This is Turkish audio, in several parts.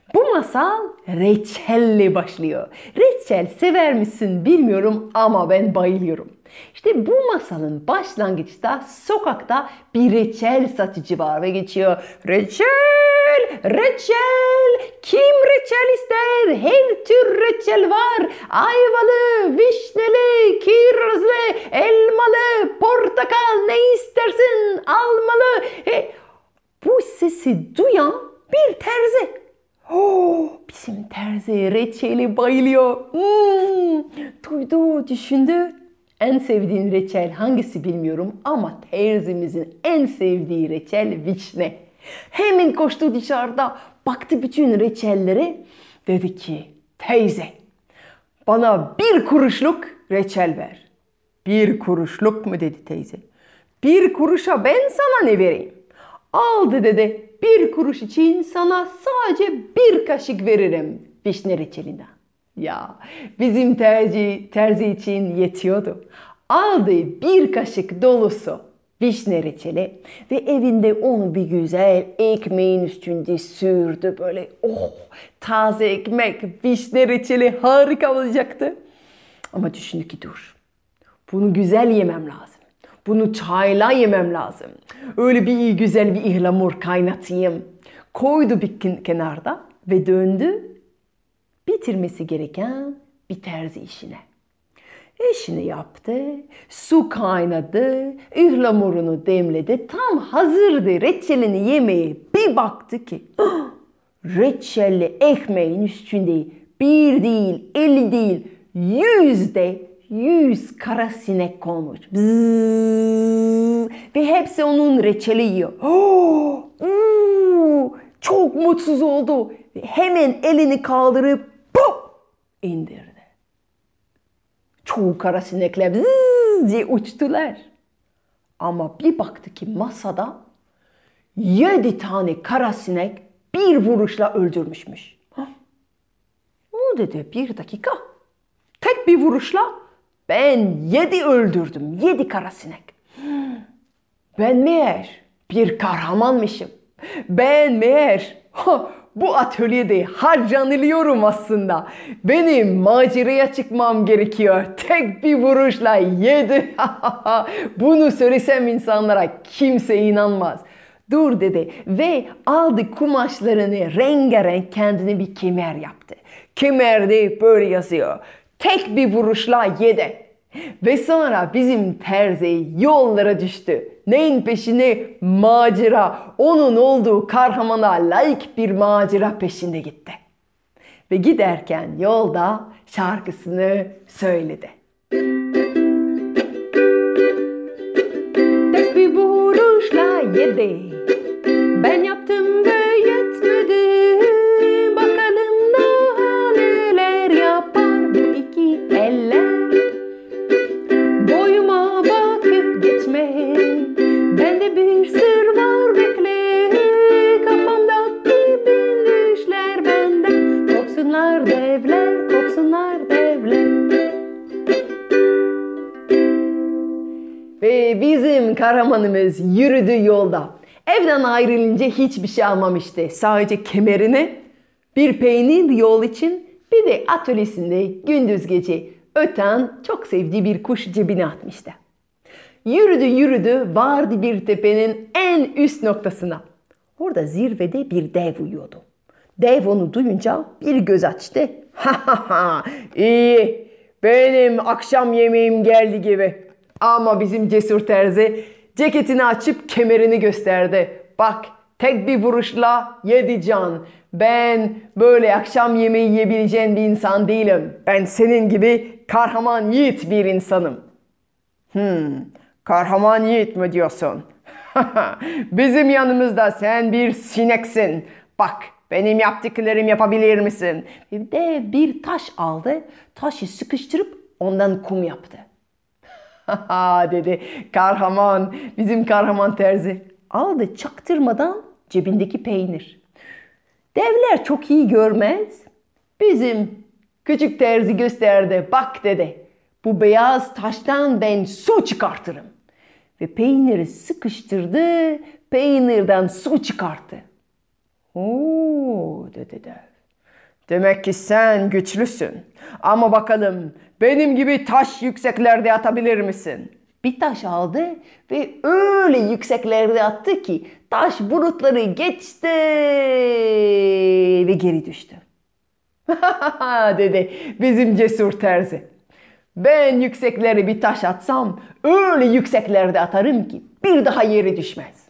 Bu masal reçelle başlıyor. Reçel sever misin bilmiyorum ama ben bayılıyorum. İşte bu masalın başlangıçta sokakta bir reçel satıcı var ve geçiyor. Reçel, reçel, kim reçel ister? Her tür reçel var. Ayvalı, vişneli, kirazlı, elmalı, portakal ne istersin almalı. Bu sesi duyan bir terzi. Bizim terzi reçeli bayılıyor. Duydu, düşündü. En sevdiğin reçel hangisi bilmiyorum ama terzimizin en sevdiği reçel vişne. Hemen koştu dışarıda, baktı bütün reçellere. Dedi ki, teyze bana 1 kuruşluk reçel ver. 1 kuruşluk mu dedi teyze. 1 kuruşa ben sana ne vereyim? Aldı dedi. 1 kuruş için sana sadece 1 kaşık veririm vişne reçelinden. Ya bizim terzi için yetiyordu. Aldı 1 kaşık dolusu vişne reçeli ve evinde onu bir güzel ekmeğin üstünde sürdü. Böyle taze ekmek, vişne reçeli harika olacaktı. Ama düşündü ki dur, bunu güzel yemem lazım. Bunu çayla yemem lazım. Öyle bir güzel bir ıhlamur kaynatayım. Koydu bir kenarda ve döndü bitirmesi gereken bir terzi işine. İşini yaptı, su kaynadı, ıhlamurunu demledi. Tam hazırdı reçelini yemeye. Bir baktı ki reçelli ekmeğin üstünde 1 değil, 50 değil, 100 kara sinek konmuş. Bzzz. Ve hepsi onun reçeli yiyor. Çok mutsuz oldu. Hemen elini kaldırıp indirdi. Çoğu kara sinekler bzzz diye uçtular. Ama bir baktı ki masada 7 tane kara sinek bir vuruşla öldürmüşmüş. O dedi, 1 dakika. Tek bir vuruşla ben 7 öldürdüm. 7 kara sinek. Ben meğer bir kahramanmışım. Ben meğer bu atölyede harcanılıyorum aslında. Benim maceraya çıkmam gerekiyor. Tek bir vuruşla 7. Bunu söylesem insanlara kimse inanmaz. Dur dedi ve aldı kumaşlarını rengarenk kendine bir kemer yaptı. Kemerde böyle yazıyor. Tek bir vuruşla 7. Ve sonra bizim terzi yollara düştü. Neyin peşine? Macera. Onun olduğu kahramana layık bir macera peşinde gitti. Ve giderken yolda şarkısını söyledi. Tek bir vuruşla 7. Ben yaptım ve yetmedi. Bakalım daha neler yapar bu 2 eller. Boyuma bakıp geçme. Bende bir sır var bekle. Kafamdaki bin düşler benden. Koksunlar devler, koksunlar devler. Ve bizim kahramanımız yürüdü yolda. Evden ayrılınca hiçbir şey almamıştı. Sadece kemerini, bir peynir yol için, bir de atölyesinde gündüz gece öten çok sevdiği bir kuş cebine atmıştı. Yürüdü vardı bir tepenin en üst noktasına. Orada zirvede bir dev uyuyordu. Dev onu duyunca bir göz açtı. İyi, benim akşam yemeğim geldi gibi. Ama bizim cesur terzi ceketini açıp kemerini gösterdi. Bak, tek bir vuruşla 7 can. Ben böyle akşam yemeği yiyebileceğin bir insan değilim. Ben senin gibi kahraman yiğit bir insanım. Kahraman yiğit mi diyorsun? Bizim yanımızda sen bir sineksin. Bak, benim yaptıklarım yapabilir misin? Dev bir taş aldı. Taşı sıkıştırıp ondan kum yaptı. Dedi kahraman, bizim kahraman terzi. Aldı çaktırmadan cebindeki peynir. Devler çok iyi görmez. Bizim küçük terzi gösterdi. Bak dedi, bu beyaz taştan ben su çıkartırım. Ve peyniri sıkıştırdı, peynirden su çıkarttı. Oo dedi dev. Demek ki sen güçlüsün. Ama bakalım benim gibi taş yükseklerde atabilir misin? Bir taş aldı ve öyle yükseklerde attı ki taş bulutları geçti ve geri düştü. dedi bizim cesur terzi. Ben yükseklere bir taş atsam öyle yükseklerde atarım ki bir daha yere düşmez.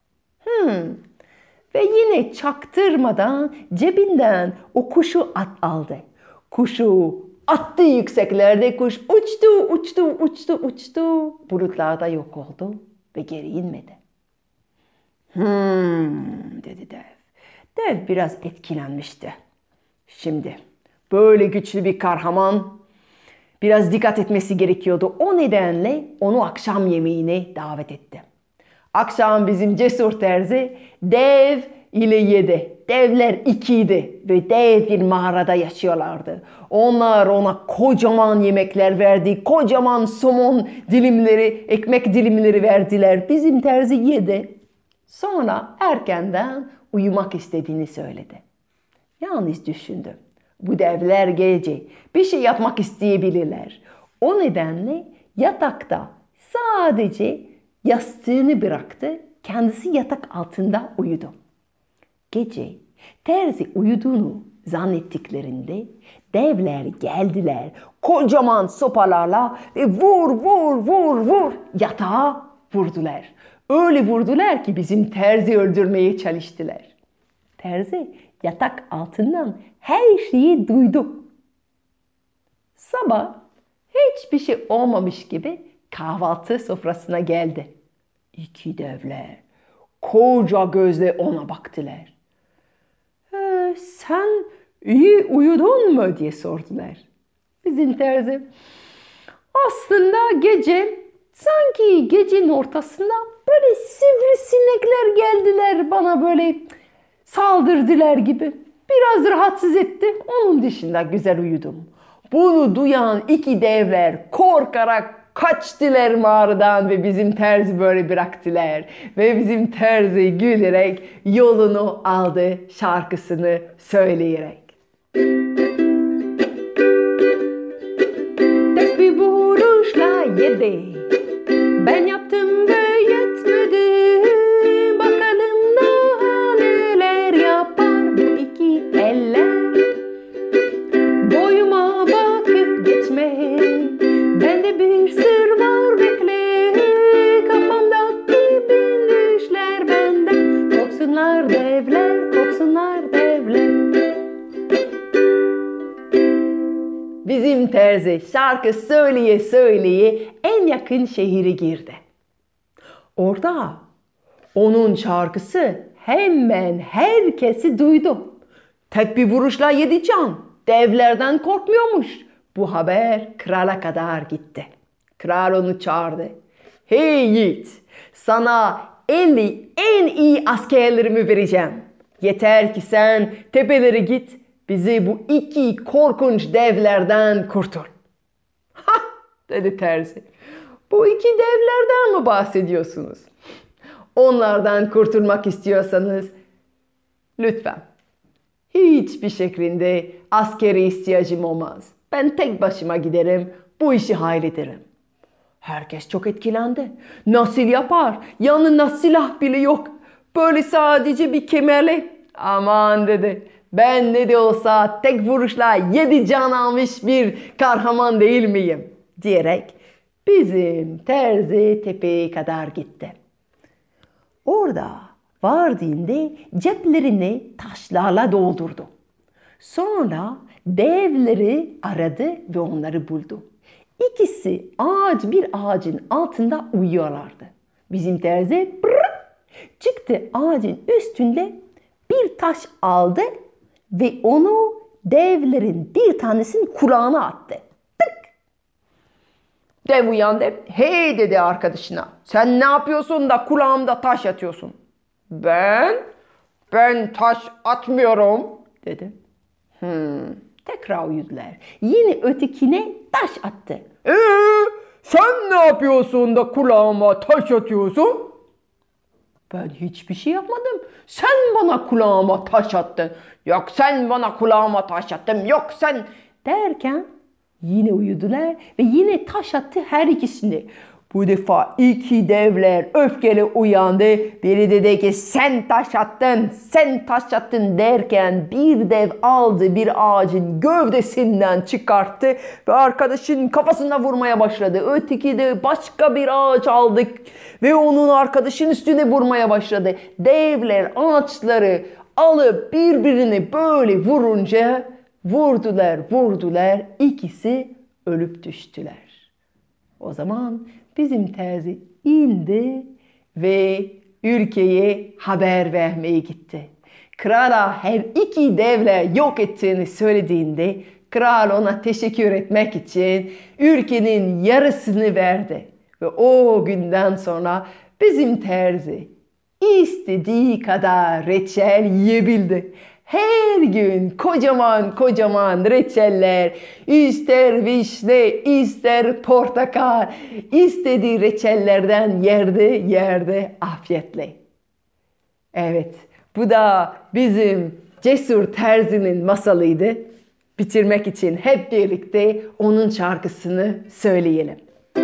Ve yine çaktırmadan cebinden o kuşu aldı. Kuşu attı yükseklerde, kuş uçtu. Bulutlarda yok oldu ve geri inmedi. Dedi dev. Dev biraz etkilenmişti. Şimdi böyle güçlü bir kahraman biraz dikkat etmesi gerekiyordu. O nedenle onu akşam yemeğine davet etti. Akşam bizim cesur terzi dev ile yedi. Devler ikiydi ve dev bir mağarada yaşıyorlardı. Onlar ona kocaman yemekler verdi. Kocaman somon dilimleri, ekmek dilimleri verdiler. Bizim terzi yedi. Sonra erkenden uyumak istediğini söyledi. Yalnız düşündü. Bu devler gece bir şey yapmak isteyebilirler. O nedenle yatakta sadece yastığını bıraktı. Kendisi yatak altında uyudu. Gece terzi uyuduğunu zannettiklerinde devler geldiler. Kocaman sopalarla ve vur yatağa vurdular. Öyle vurdular ki bizim terzi öldürmeye çalıştılar. Terzi yatak altından her şeyi duydu. Sabah hiçbir şey olmamış gibi kahvaltı sofrasına geldi. İki devler koca gözle ona baktılar. Sen iyi uyudun mu diye sordular. Bizim terzi aslında sanki gecenin ortasında böyle sivrisinekler geldiler bana böyle saldırdılar gibi. Biraz rahatsız etti. Onun dışında güzel uyudum. Bunu duyan iki devler korkarak kaçtılar mağaradan ve bizim terzi böyle bıraktılar. Ve bizim terzi gülerek yolunu aldı şarkısını söyleyerek. Tek bir vuruşla yedi. Ben yaptım ve yetmedi. Bakalım daha neler yapar bu iki eller. Boyuma bakıp geçme. Bende bir sır var bekle. Kafamdaki bin düşler benden. Korksunlar devler, korksunlar devler. Bizim terzi şarkı söyleye en yakın şehire girdi. Orada onun şarkısı hemen herkesi duydu. Tek bir vuruşla yedi can. Devlerden korkmuyormuş. Bu haber krala kadar gitti. Kral onu çağırdı. Hey yiğit, sana 50 en iyi askerlerimi vereceğim. Yeter ki sen tepelere git, bizi bu iki korkunç devlerden kurtul. Ha, dedi terzi. Bu iki devlerden mi bahsediyorsunuz? Onlardan kurtulmak istiyorsanız lütfen. Hiçbir şeklinde askere ihtiyacım olmaz. Ben tek başıma giderim, bu işi hallederim. Herkes çok etkilendi. Nasıl yapar? Yanında silah bile yok. Böyle sadece bir kemerle. Aman dedi. Ben ne de olsa tek vuruşla 7 can almış bir kahraman değil miyim? Diyerek bizim terzi tepeye kadar gitti. Orada vardığında ceplerini taşlarla doldurdu. Sonra devleri aradı ve onları buldu. İkisi bir ağacın altında uyuyorlardı. Bizim terzi çıktı ağacın üstünde bir taş aldı ve onu devlerin bir tanesinin kulağına attı. Tık! Dev uyandı. Hey dedi arkadaşına. Sen ne yapıyorsun da kulağımda taş atıyorsun? Ben taş atmıyorum dedi. Tekrar uyudular. Yine ötekine taş attı. Sen ne yapıyorsun da kulağıma taş atıyorsun? Ben hiçbir şey yapmadım. Sen bana kulağıma taş attın. Yok sen bana kulağıma taş attın. Yok sen derken yine uyudular ve yine taş attı her ikisini. Bu defa iki devler öfkeli uyandı. Biri dedi ki sen taş attın, sen taş attın derken bir dev aldı bir ağacın gövdesinden çıkarttı ve arkadaşın kafasına vurmaya başladı. Öteki de başka bir ağaç aldı ve onun arkadaşın üstüne vurmaya başladı. Devler ağaçları alıp birbirini böyle vurunca vurdular, ikisi ölüp düştüler. O zaman bizim terzi indi ve ülkeye haber vermeye gitti. Krala her iki devle yok ettiğini söylediğinde kral ona teşekkür etmek için ülkenin yarısını verdi. Ve o günden sonra bizim terzi istediği kadar reçel yiyebildi. Her gün kocaman reçeller, ister vişne, ister portakal, istediği reçellerden yerdi afiyetle. Evet, bu da bizim cesur terzinin masalıydı. Bitirmek için hep birlikte onun şarkısını söyleyelim.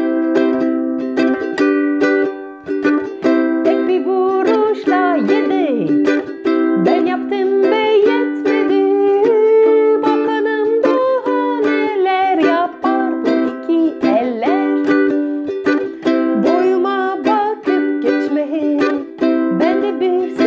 Tek bir vuruşla yedi, ben yaptım ve yetmedi. Bakalım daha neler yapar bu iki eller. Boyuma bakıp geçmeyin, ben de bir